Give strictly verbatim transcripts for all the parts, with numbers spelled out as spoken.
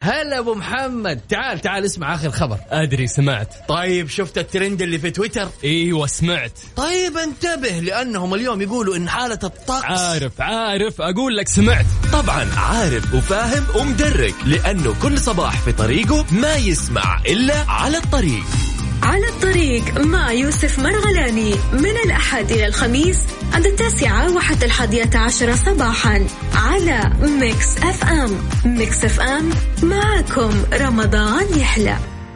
هلا ابو محمد، تعال تعال اسمع اخر خبر. ادري سمعت. طيب شفت الترند اللي في تويتر؟ ايوه سمعت. طيب انتبه لانهم اليوم يقولوا ان حالة الطقس. عارف عارف اقول لك سمعت. طبعا عارف وفاهم ومدرك، لانه كل صباح في طريقه ما يسمع الا على الطريق. على الطريق مع يوسف مرغلاني من الأحد إلى الخميس عند التاسعة وحتى الحادية عشرة صباحا على ميكس أف أم. ميكس أف أم معكم رمضان يحلى.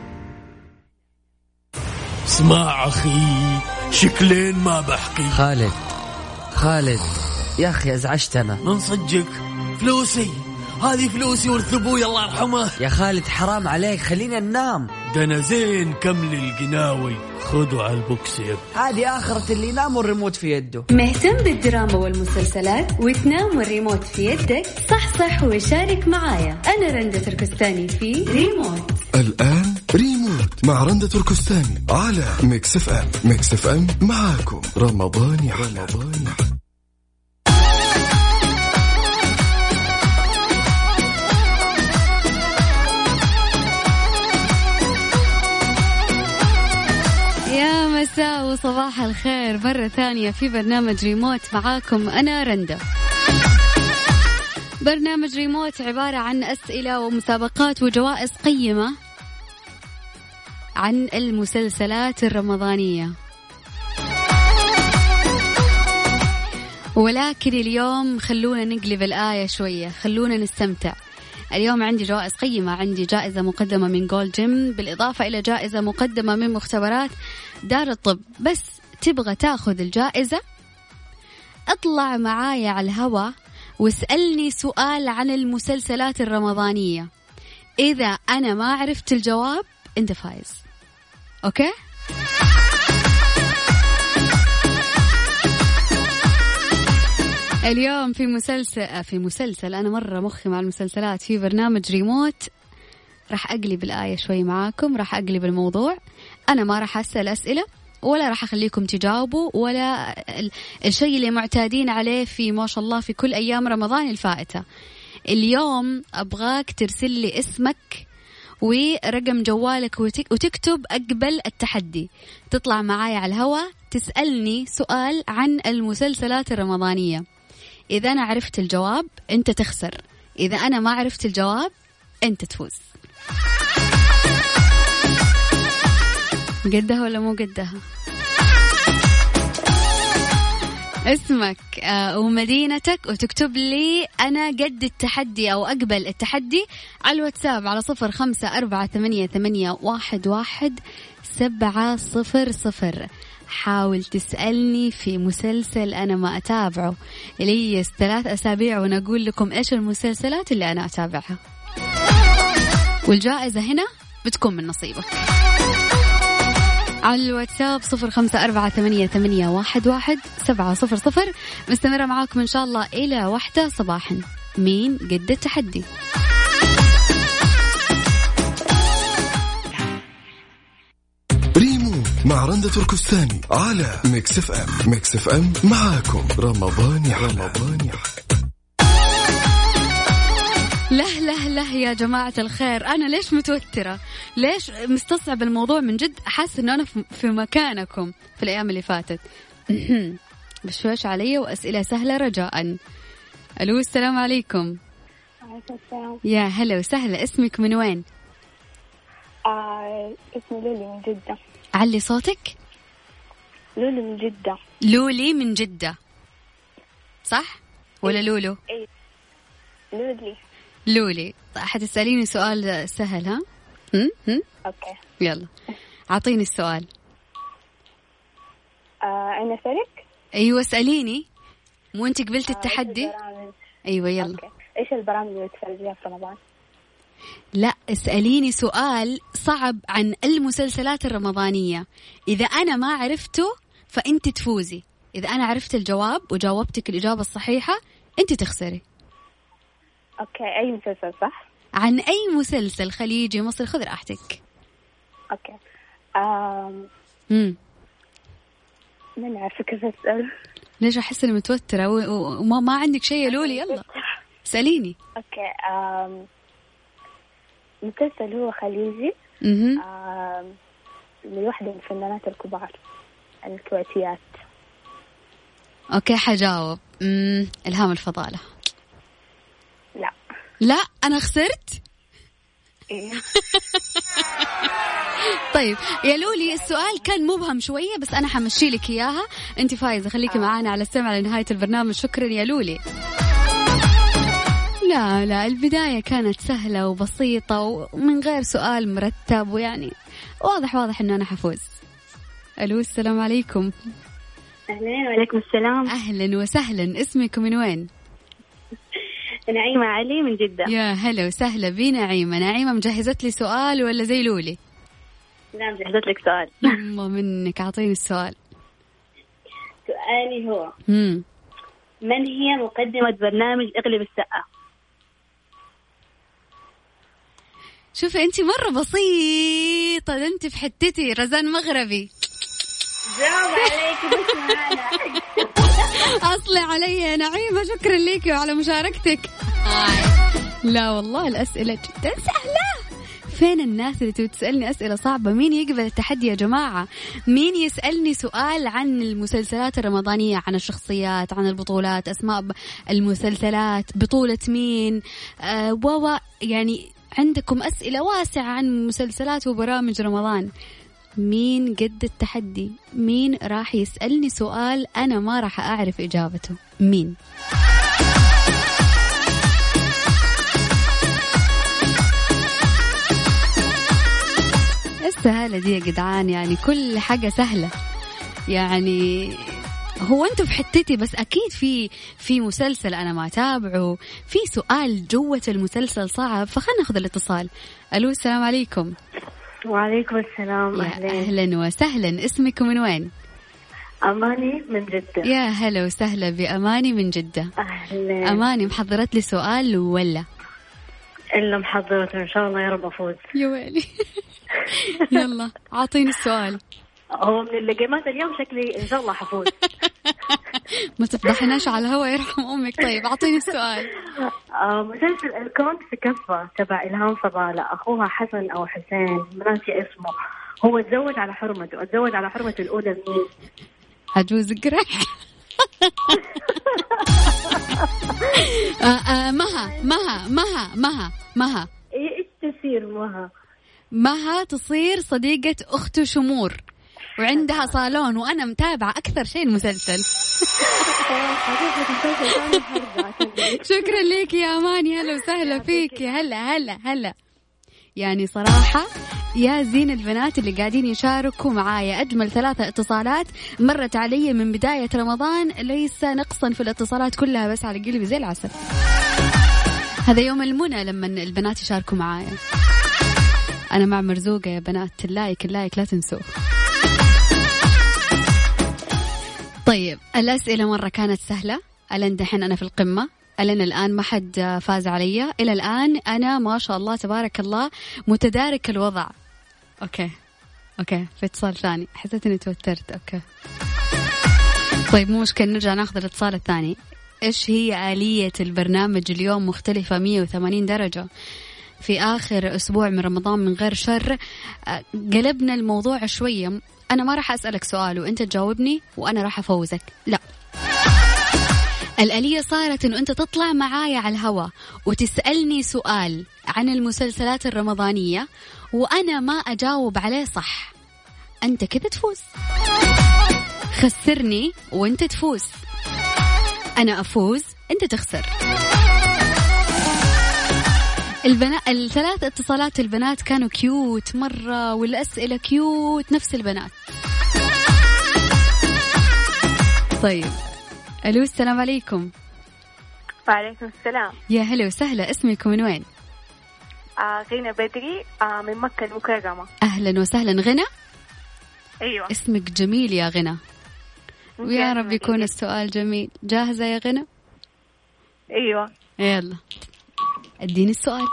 اسمع أخي، شكلين ما بحكي. خالد خالد يا أخي أزعجتنا. من صدقك فلوسي، هذه فلوسي ورث أبوي الله يرحمه. يا خالد حرام عليك، خلينا ننام. دنا زين كمل القناوي، خذوا على البوكس يب. هذه آخرة اللي ينام والريموت في يده. مهتم بالدراما والمسلسلات وتنام والريموت في يدك؟ صح صح وشارك معايا أنا رندة تركستاني في ريموت. الآن ريموت مع رندة تركستاني على ميكس اف ام. ميكس اف ام معاكم رمضان يا رمضان. يا مساء وصباح الخير مرة ثانية في برنامج ريموت، معاكم أنا رندة. برنامج ريموت عبارة عن أسئلة ومسابقات وجوائز قيمة عن المسلسلات الرمضانية، ولكن اليوم خلونا نقلب الآية شوية، خلونا نستمتع. اليوم عندي جوائز قيمة، عندي جائزة مقدمة من جولد جيم بالإضافة إلى جائزة مقدمة من مختبرات دار الطب. بس تبغى تاخذ الجائزة؟ اطلع معايا على الهوا واسألني سؤال عن المسلسلات الرمضانية. إذا أنا ما عرفت الجواب أنت فايز، أوكي؟ اليوم في مسلسل في مسلسل أنا مرة مخي مع المسلسلات، في برنامج ريموت راح أقلب الآية شوي معاكم، راح أقلب الموضوع. أنا ما راح أسأل أسئلة ولا راح أخليكم تجاوبوا ولا الشيء اللي معتادين عليه في ما شاء الله في كل أيام رمضان الفائتة. اليوم أبغاك ترسل لي اسمك ورقم جوالك وتكتب أقبل التحدي، تطلع معايا على الهواء تسألني سؤال عن المسلسلات الرمضانية. إذا أنا عرفت الجواب أنت تخسر، إذا أنا ما عرفت الجواب أنت تفوز. قدها ولا مو قدها؟ اسمك ومدينتك وتكتب لي أنا قد التحدي أو أقبل التحدي على الواتساب على صفر خمسة أربعة ثمانية ثمانية واحد واحد سبعة صفر صفر. حاول تسألني في مسلسل أنا ما أتابعه لي ثلاث أسابيع وأنا أقول لكم إيش المسلسلات اللي أنا أتابعها، والجائزة هنا بتكون من نصيبك. على الواتساب صفر خمسة أربعة ثمانية ثمانية واحد واحد سبعة صفر صفر. مستمرة معاكم إن شاء الله إلى واحدة صباحا. مين قد التحدي؟ ريموت مع رندة تركستاني على ميكس اف ام. ميكس اف ام معاكم رمضان يا رمضان يا له له له يا جماعة الخير. أنا ليش متوترة؟ ليش مستصعب الموضوع من جد؟ أحس إنه أنا في مكانكم في الأيام اللي فاتت. بشويش علي وأسئلة سهلة رجاء. ألو السلام عليكم. عليكم السلام. يا هلا وسهلا، اسمك من وين؟ آه اسمي لولي من جدة. علي صوتك. لولي من جدة. لولي من جدة صح ولا لولو؟ إيه لولي. لولي. حتسأليني سؤال سهل ها؟ هم؟ هم؟ أوكي يلا أعطيني السؤال. آه أنا سألك. أيوة اسأليني، مو أنت قبلت آه التحدي؟ إيش أيوة يلا. أوكي. إيش البرامج اللي تفرجيها في رمضان؟ لا اسأليني سؤال صعب عن المسلسلات الرمضانية، إذا أنا ما عرفته فأنت تفوزي، إذا أنا عرفت الجواب وجاوبتك الإجابة الصحيحة أنت تخسري. أوكي أي مسلسل صح؟ عن أي مسلسل خليجي مصري، خذ راحتك. أوكي. آم... امم ما عارفة كيف أسأل. ليش أحس إني متوترة وما ما عندك شيء يا لولي؟ يلا سأليني. أوكي. آم... مسلسل هو خليجي. مهم. آه لوحدة من الفنانات الكبار الكويتيات. أوكي حجاوب. مم. إلهام الفضالة. لا. لا أنا خسرت. إيه. طيب يا لولي السؤال كان مبهم شوية بس أنا حمشي لك إياها. أنت فايزة خليكي آه. معانا على السمع لنهاية البرنامج. شكرا يا لولي. لا لا البداية كانت سهلة وبسيطة ومن غير سؤال مرتب ويعني واضح واضح إنه أنا حفوز. ألو السلام عليكم. أهلا وعليكم السلام. أهلا وسهلا. اسمك من وين؟ نعيمة علي من جدة. يا هلا وسهلا بنعيمة. نعيمة مجهزت لي سؤال ولا زي لولي؟ لا مجهزت لك سؤال. يما منك أعطيني السؤال. سؤالي هو مم. من هي مقدمة برنامج اقلب السقة؟ شوفي أنت مرة بسيطة. أنت في حتتي رزان مغربي. برافو عليك. بس معانا أصلي علي يا نعيمة. شكرا لك وعلى مشاركتك. لا والله الأسئلة جدا سهلة. فين الناس اللي تسألني أسئلة صعبة؟ مين يقبل التحدي يا جماعة؟ مين يسألني سؤال عن المسلسلات الرمضانية، عن الشخصيات، عن البطولات، أسماء المسلسلات، بطولة مين آه ووا يعني عندكم أسئلة واسعة عن مسلسلات وبرامج رمضان. مين قد التحدي؟ مين راح يسألني سؤال أنا ما راح أعرف إجابته؟ مين؟ السهلة دي يا جدعان يعني كل حاجة سهلة يعني. هو أنتم في حتتي بس أكيد في في مسلسل أنا ما تابعه، في سؤال جوة المسلسل صعب، فخلنا ناخذ الاتصال. ألو السلام عليكم. وعليكم السلام. أهلا. أهلا وسهلا. اسمكم من وين؟ أماني من جدة. يا هلا وسهلا بأماني من جدة. أهلا. أماني محضرت لي سؤال ولا؟ إلا محضرته إن شاء الله يا رب أفوز. يا ويلي. يلا عاطيني السؤال. هو من اللقمات اليوم شكلي إن شاء الله حفوز. ما تفضحناش على الهواء يرحم أمك. طيب أعطيني السؤال. آه مسلسل الكون في كفة تبع إلهام فضالة، أخوها حسن أو حسين مناسي اسمه، هو تزوج على حرمته، تزوج على حرمته الأولى مين؟ عجوز قرح. مها مها مها مها مها. إيش تصير مها؟ مها تصير صديقة أخته شمور وعندها صالون وأنا متابعة أكثر شيء المسلسل. شكرا لك يا أماني. هلا وسهلا فيك. هلا هلا هلا. يعني صراحة يا زين البنات اللي قاعدين يشاركوا معايا. أجمل ثلاثة اتصالات مرت علي من بداية رمضان، ليس نقصا في الاتصالات كلها بس على قلبي زي العسل. هذا يوم المنى لما البنات يشاركوا معايا. أنا مع مرزوقة يا بنات. اللايك اللايك لا تنسوا. طيب الأسئلة مرة كانت سهلة. ألين دحين أنا في القمة. ألين الآن ما حد فاز علي. إلى الآن أنا ما شاء الله تبارك الله متدارك الوضع. أوكي أوكي في اتصال ثاني. حسيت إني توترت. أوكي طيب مو مشكلة نرجع ناخذ الاتصال الثاني. إيش هي آلية البرنامج اليوم؟ مختلفة مية وثمانين درجة. في آخر أسبوع من رمضان من غير شر قلبنا الموضوع شوية. أنا ما راح أسألك سؤال وأنت تجاوبني وأنا راح أفوزك، لا. الآلية صارت أنه أنت تطلع معايا على الهواء وتسألني سؤال عن المسلسلات الرمضانية وأنا ما أجاوب عليه صح، أنت كده تفوز. خسرني وأنت تفوز، أنا أفوز أنت تخسر. البنات الثلاث اتصالات البنات كانوا كيوت مرة والأسئلة كيوت نفس البنات. طيب ألو السلام عليكم. وعليكم السلام. يا هلا وسهلا. اسمكم من وين؟ آه غنى بدري آه من مكة المكرمة. أهلا وسهلا غنى. أيوة اسمك جميل يا غنى ويا رب يكون السؤال جميل. جاهزة يا غنى؟ أيوة يلا اديني السؤال.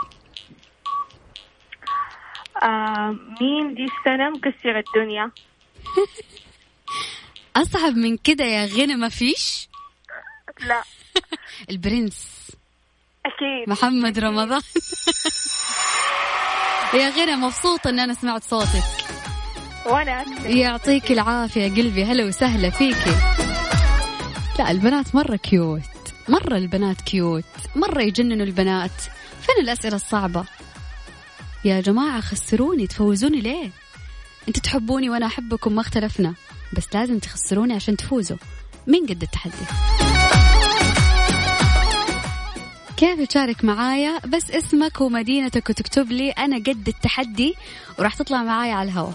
آه مين دي السنة مكسر الدنيا؟ أصعب من كده يا غنى ما فيش؟ لا. البرنس أكيد محمد رمضان. يا غنى مبسوطة ان انا سمعت صوتك. وانا يعطيك العافية قلبي، هلا وسهلا فيكي. لا البنات مرة كيوت، مرة البنات كيوت، مرة يجننوا البنات. فين الأسئلة الصعبة يا جماعة؟ خسروني تفوزوني ليه؟ انت تحبوني وانا احبكم، ما اختلفنا، بس لازم تخسروني عشان تفوزوا. مين قد التحدي؟ كيف تشارك معايا؟ بس اسمك ومدينتك وتكتب لي أنا قد التحدي، وراح تطلع معايا على الهواء.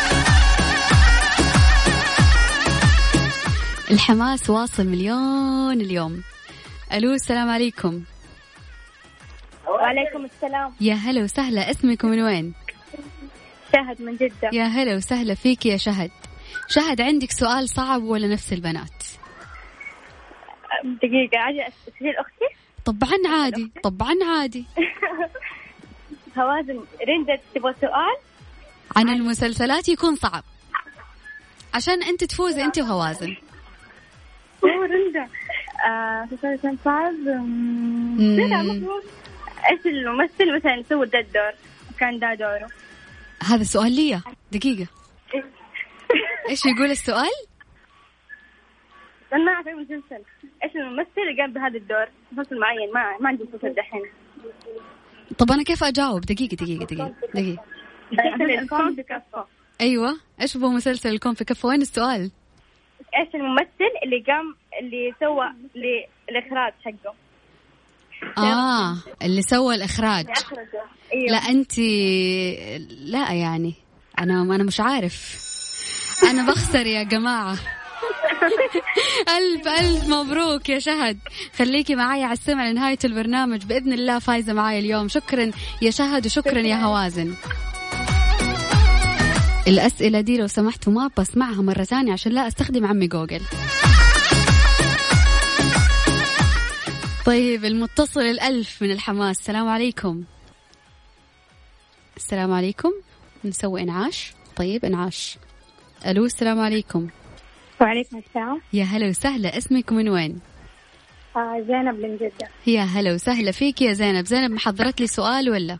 الحماس واصل مليون اليوم. ألو السلام عليكم. وعليكم السلام. يا هلا وسهلا، اسمكم من وين؟ شهد من جدة. يا هلا وسهلا فيك يا شهد. شهد عندك سؤال صعب ولا نفس البنات؟ دقيقة عادي أسأل أختي؟ طبعا عادي، طبعا عادي. هوازن رندة تبغى سؤال عن المسلسلات يكون صعب عشان أنت تفوزي أنت وهوازن. أوه رندة آه مسلسل صعب. لا مفروض إيش الممثل مثلا سوى ده الدور كان ده دوره؟ هذا سؤال لي. دقيقة إيش يقول السؤال؟ أنا ما أعرف المسلسل إيش الممثل اللي قام بهذا الدور مسلسل معين، ما ما عندي مسلسل دحين. طب أنا كيف أجاوب؟ دقيقة دقيقة دقيقة دقيقة. الكون في كفة. أيوة إيش هو مسلسل الكون في كفة؟ وين السؤال؟ إيش الممثل اللي قام اللي سوى الإخراج حقه؟ آه اللي سوى الإخراج. أيوة. لا أنت لا يعني أنا أنا مش عارف، أنا بخسر يا جماعة. ألف ألف مبروك يا شهد، خليكي معايا على السمع لنهاية البرنامج بإذن الله فايزة معايا اليوم. شكرا يا شهد وشكرا يا هوازن. الأسئلة دي لو سمحتوا ما بسمعها مرة ثانية عشان لا أستخدم عمي جوجل. طيب المتصل الألف من الحماس. السلام عليكم. السلام عليكم. نسوي إنعاش. طيب إنعاش. ألو السلام عليكم. وعليكم السلام. يا هلا وسهلا، اسمك من وين؟ آه زينب من جدة. يا هلا وسهلا فيك يا زينب. زينب محضرت لي سؤال ولا؟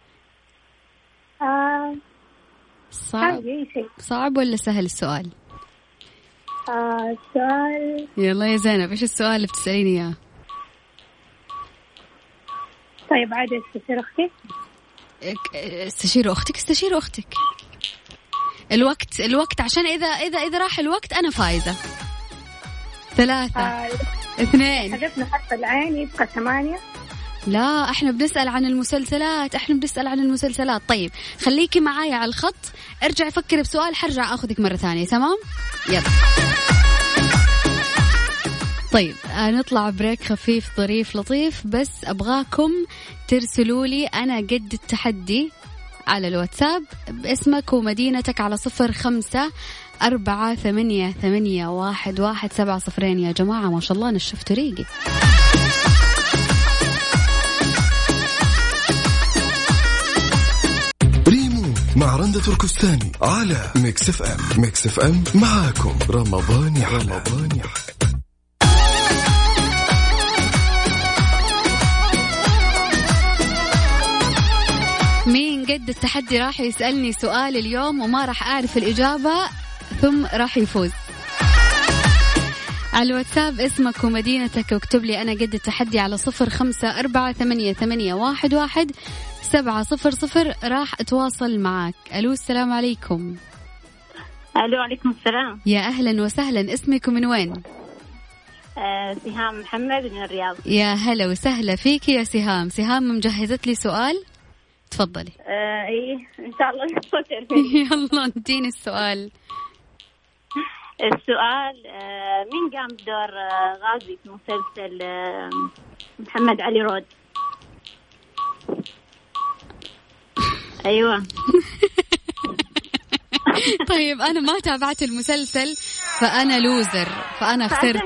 آه صعب. صعب ولا سهل السؤال؟ آه السؤال. يلا يا زينب إيش السؤال اللي بتسأليني إياه؟ طيب عادي استشير أختي. استشير أختك استشير أختك. الوقت الوقت عشان إذا إذا إذا راح الوقت أنا فايزة. ثلاثة آه اثنين. حذفنا حرف العين يبقى ثمانية. لا احنا بنسأل عن المسلسلات، احنا بنسأل عن المسلسلات. طيب خليكي معايا على الخط، ارجع فكري بسؤال حرجع اخذك مرة ثانية. تمام يلا. طيب نطلع بريك خفيف ظريف لطيف، بس أبغاكم ترسلوا لي أنا قد التحدي على الواتساب باسمك ومدينتك على صفر خمسة أربعة ثمانية ثمانية واحد واحد سبعة صفرين. يا جماعة ما شاء الله نشفت ريقي. ريمو مع رندة تركستاني على ميكس اف ام. ميكس اف ام معاكم رمضان يا رمضان يا مين قد التحدي راح يسألني سؤال اليوم وما راح أعرف الإجابة ثم راح يفوز. على الواتساب اسمك ومدينتك واكتب لي أنا قد التحدي على صفر خمسة أربعة ثمانية ثمانية واحد واحد سبعة صفر صفر. راح أتواصل معك. ألو السلام عليكم. ألو عليكم السلام. يا أهلا وسهلا، اسمك من وين؟ آه سهام محمد من الرياض. يا هلا وسهلا فيك يا سهام. سهام مجهزت لي سؤال، تفضلي. آه إيه إن شاء الله. يلا اديني السؤال. السؤال آه مين قام بدور آه غازي في مسلسل آه محمد علي رود؟ أيوة. طيب أنا ما تابعت المسلسل فأنا لوزر، فأنا خسرت.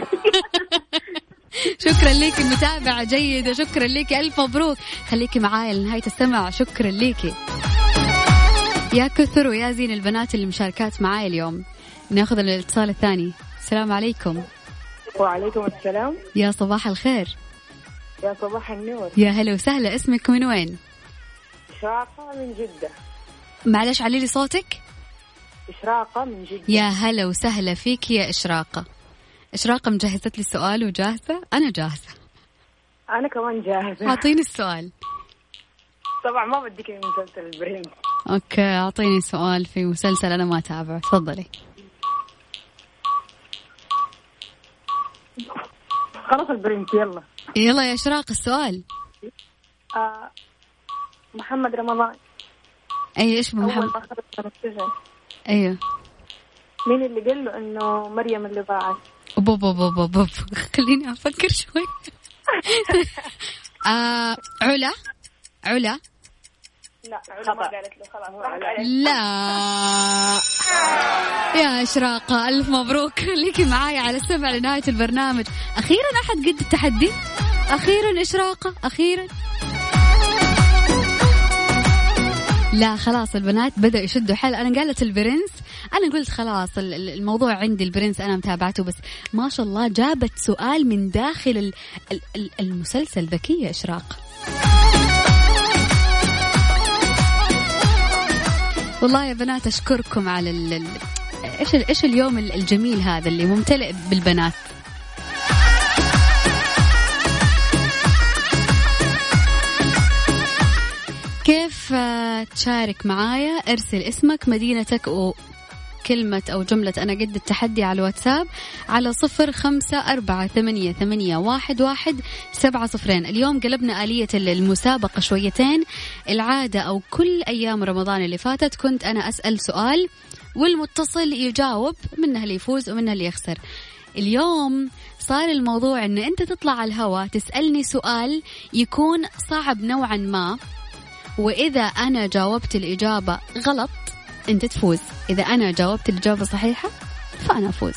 شكرا لك المتابعة جيدة، شكرا لك، ألف مبروك. خليكي معايا لنهاية السمع. شكرا لك يا كثر ويا زين البنات اللي مشاركات معايا اليوم. ناخذ الاتصال الثاني. السلام عليكم. وعليكم السلام. يا صباح الخير. يا صباح النور. يا هلا وسهلا، اسمك من وين؟ إشراقة من جدة. معلش علي لي صوتك. إشراقة من جدة. يا هلا وسهلا فيك يا إشراقة. إشراقة مجهزت لي السؤال وجاهزة؟ أنا جاهزة. أنا كمان جاهزة. أعطيني السؤال. طبعا ما بدك مسلسل البرنس. أوكي أعطيني سؤال في مسلسل أنا ما أتابعه. تفضلي. خلاص البرنس يلا. يلا يا إشراق السؤال. آه محمد رمضان. أي إيش محمد؟ أيوه. مين اللي قال له إنه مريم اللي ضاعت؟ بوب بوب بوب بوب خليني أفكر شوي. آه علا. علا. لا علا ما قالت له خلاص. لا يا إشراقة ألف مبروك، خليكي معايا على السمع لنهاية البرنامج. أخيرا أحد قد التحدي، أخيرا إشراقة أخيرا. لا خلاص البنات بدأوا يشدوا حل. أنا قالت البرنس، أنا قلت خلاص الموضوع عندي البرنس أنا متابعته، بس ما شاء الله جابت سؤال من داخل المسلسل. ذكية إشراق والله يا بنات. أشكركم على ال... إيش إيش اليوم الجميل هذا اللي ممتلئ بالبنات. كيف تشارك معايا؟ ارسل اسمك مدينتك وكلمة أو جملة أنا قد التحدي على الواتساب على صفر خمسة أربعة ثمانية ثمانية واحد واحد سبعة صفرين. اليوم قلبنا آلية المسابقة شويتين. العادة أو كل أيام رمضان اللي فاتت كنت أنا أسأل سؤال والمتصل يجاوب، منها اللي يفوز ومنها اللي يخسر. اليوم صار الموضوع أن أنت تطلع على الهواء تسألني سؤال يكون صعب نوعا ما، وإذا أنا جاوبت الإجابة غلط أنت تفوز، إذا أنا جاوبت الإجابة صحيحة فأنا أفوز.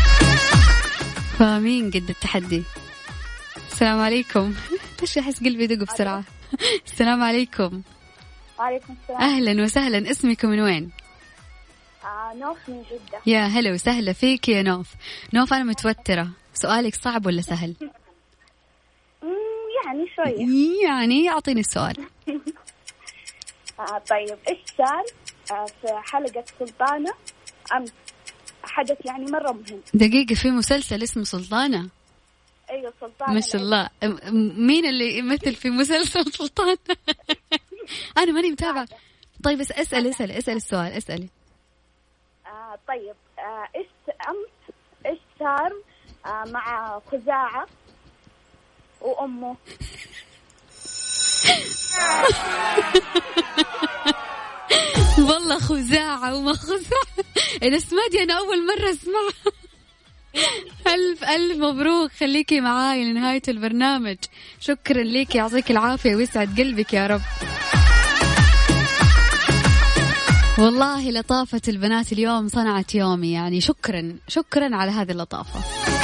فمين قد التحدي؟ السلام عليكم. ليش أحس قلبي يدق بسرعة؟ السلام عليكم. وعليكم السلام. أهلا وسهلا، اسمكم من وين؟ آه نوف من جدة. يا هلا وسهلا فيك يا نوف. نوف أنا متوترة، سؤالك صعب ولا سهل؟ يعني شوية. يعني أعطيني السؤال. آه طيب إيش صار آه في حلقة سلطانة أمس؟ حدث يعني مرة مهم. دقيقة، في مسلسل اسمه سلطانة؟ أيوة سلطانة. ما شاء الله. مين اللي يمثل في مسلسل سلطانة؟ أنا ماني متابعة. طيب بس اسأل اسأل اسأل السؤال اسألي. آه طيب آه إيش أمس إيش صار آه مع خزاعة وأمه؟ والله خزاعة وما خزاعة، الاسماء دي أنا أول مرة أسمعها. ألف ألف مبروك، خليكي معاي لنهاية البرنامج. شكرا ليك، يعطيك العافية ويسعد قلبك يا رب. والله لطافة البنات اليوم صنعت يومي، يعني شكرا شكرا على هذه اللطافة.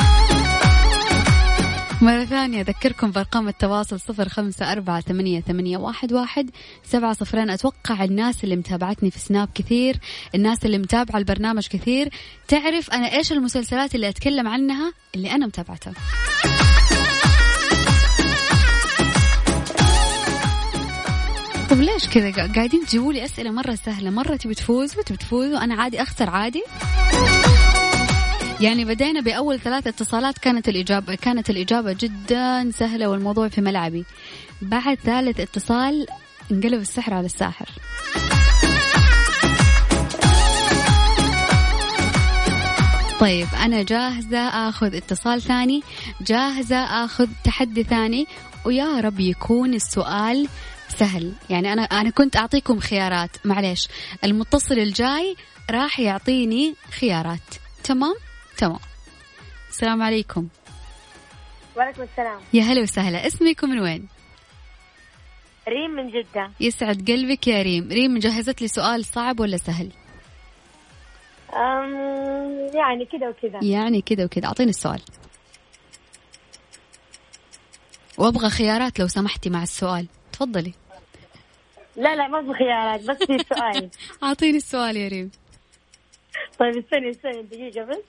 مرة ثانية أذكركم بأرقام التواصل صفر خمسة أربعة ثمانية ثمانية واحد واحد سبعة صفرين. أتوقع الناس اللي متابعتني في سناب كثير، الناس اللي متابعة البرنامج كثير، تعرف أنا إيش المسلسلات اللي أتكلم عنها اللي أنا متابعتها. طب ليش كذا قاعدين تجيبوا لي أسئلة مرة سهلة؟ مرة تبي تفوز وتبي تفوز وأنا عادي أخسر عادي. يعني بدينا بأول ثلاث اتصالات كانت الإجابة كانت الإجابة جدا سهلة والموضوع في ملعبي. بعد ثالث اتصال انقلب السحر على الساحر. طيب أنا جاهزة أخذ اتصال ثاني، جاهزة أخذ تحدي ثاني، ويا رب يكون السؤال سهل. يعني أنا أنا كنت أعطيكم خيارات، معليش المتصل الجاي راح يعطيني خيارات. تمام تمام. السلام عليكم. وعليكم السلام. يا هلا وسهلا، اسمكم من وين؟ ريم من جدة. يسعد قلبك يا ريم. ريم مجهزت لي سؤال صعب ولا سهل؟ أم يعني كده وكده. يعني كده وكده. أعطيني السؤال وأبغى خيارات لو سمحتي مع السؤال. تفضلي. لا لا ما في خيارات، بس في سؤال. أعطيني السؤال يا ريم. طيب استني استني دقيقة بس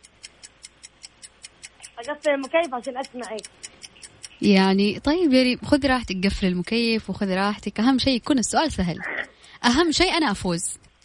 أقفل المكيف عشان أسمعك. يعني طيب يا ريم خذي راحتك، قفل المكيف وخذي راحتك، أهم شيء يكون السؤال سهل. أهم شيء أنا أفوز.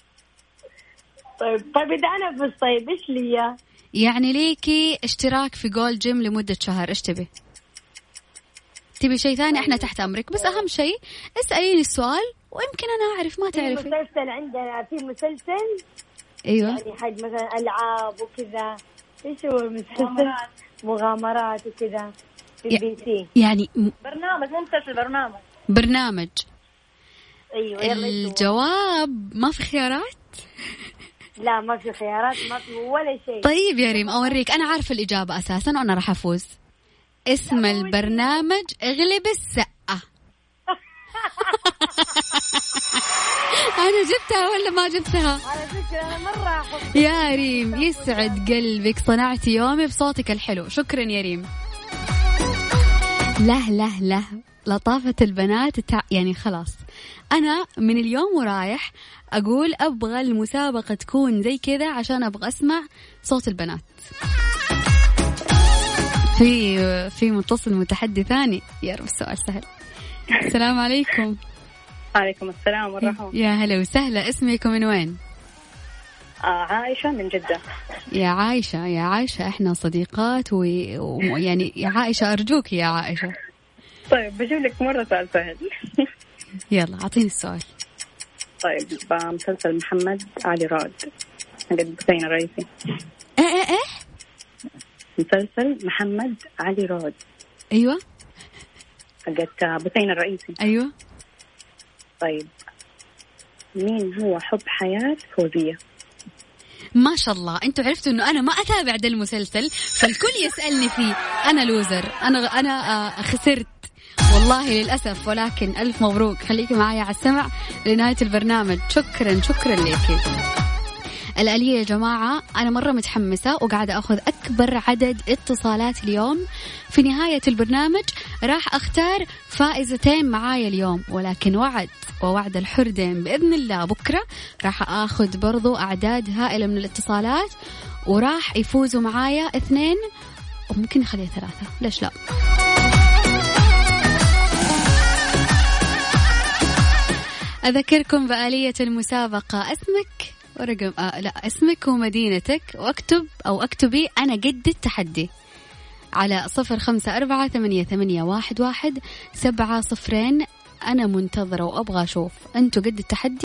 طيب طيب إذا أنا أفوز طيب إيش لي؟ يعني ليكي اشتراك في جولد جيم لمدة شهر. إيش تبي؟ تبي شيء ثاني؟ إحنا تحت أمرك، بس أهم شيء اسأليني السؤال ويمكن أنا أعرف ما تعرفي. في مسلسل عندنا في مسلسل أيوة يعني حاجة مثلا ألعاب وكذا، إيش هو المسلسل؟ مغامرات وكذا في البي سي. يعني م... برنامج مو مسلسل، برنامج برنامج. أيوة. الجواب ما في خيارات؟ لا ما في خيارات، ما في ولا شيء. طيب يا ريم أوريك، أنا عارفة الإجابة أساسا وأنا راح أفوز. اسم البرنامج اغلب السقة. أنا جبتها ولا ما جبتها؟ على فكرة أنا مرة أحب. يا ريم يسعد قلبك، صنعتي يومي بصوتك الحلو. شكرا يا ريم. له له له لطافة البنات تع... يعني خلاص أنا من اليوم ورايح أقول أبغى المسابقة تكون زي كذا عشان أبغى أسمع صوت البنات. في في متصل متحدي ثاني. يا رب السؤال سهل. السلام عليكم. عليكم السلام والرحمة. يا هلا وسهلا، اسمكم من وين؟ آه عائشة من جدة. يا عائشة يا عائشة احنا صديقات ويعني و... يا عائشة أرجوك يا عائشة. طيب بجيب لك مرة سؤال سهل. يلا أعطيني السؤال. طيب مسلسل محمد علي راد قد بثين الرئيسي. ايه ايه ايه مسلسل محمد علي راد. ايوه قد بثين الرئيسي. ايوه. طيب مين هو حب حياة فوزية؟ ما شاء الله انتوا عرفتوا انه انا ما اتابع ده المسلسل فالكل يسألني فيه. انا لوزر، انا انا خسرت والله للأسف، ولكن ألف مبروك. خليكي معايا على السمع لنهاية البرنامج. شكرا شكرا ليكي. الآلية يا جماعة أنا مرة متحمسة وقاعدة أخذ أكبر عدد اتصالات اليوم. في نهاية البرنامج راح أختار فائزتين معايا اليوم، ولكن وعد ووعد الحردين بإذن الله بكرة راح أخذ برضو أعداد هائلة من الاتصالات وراح يفوزوا معايا اثنين وممكن نخليها ثلاثة، ليش لا. أذكركم بآلية المسابقة. اسمك ورقم آه لا اسمك ومدينتك واكتب أو اكتبي أنا قد التحدي على صفر خمسة أربعة ثمانية ثمانية واحد واحد سبعة صفرين. أنا منتظرة وأبغى أشوف أنتوا قد التحدي.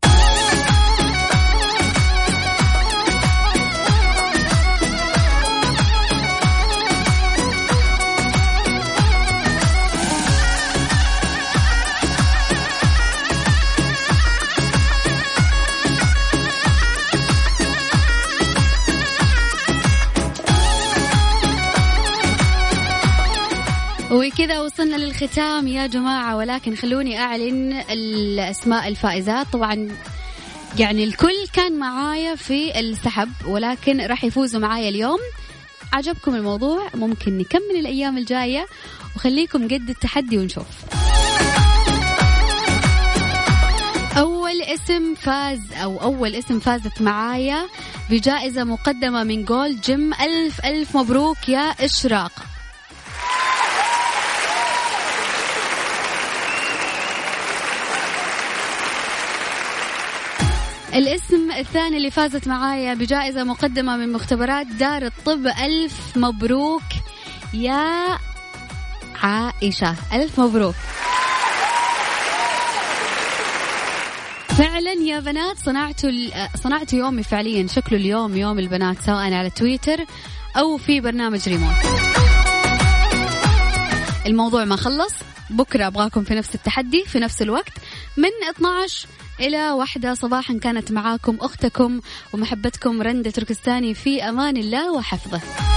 وكذا وصلنا للختام يا جماعة، ولكن خلوني أعلن الأسماء الفائزات. طبعا يعني الكل كان معايا في السحب ولكن راح يفوزوا معايا اليوم. عجبكم الموضوع؟ ممكن نكمل الأيام الجاية وخليكم قد التحدي ونشوف. أول اسم فاز أو أول اسم فازت معايا بجائزة مقدمة من جولد جيم. ألف ألف مبروك يا إشراق. الاسم الثاني اللي فازت معايا بجائزة مقدمة من مختبرات دار الطب. ألف مبروك يا عائشة، ألف مبروك. فعلا يا بنات صنعتوا صنعتوا يومي فعليا. شكله اليوم يوم البنات سواء على تويتر أو في برنامج ريموت. الموضوع ما خلص، بكرة أبغاكم في نفس التحدي في نفس الوقت من اثني عشر إلى واحدة صباحا. كانت معاكم أختكم ومحبتكم رندة تركستاني. في أمان الله وحفظه.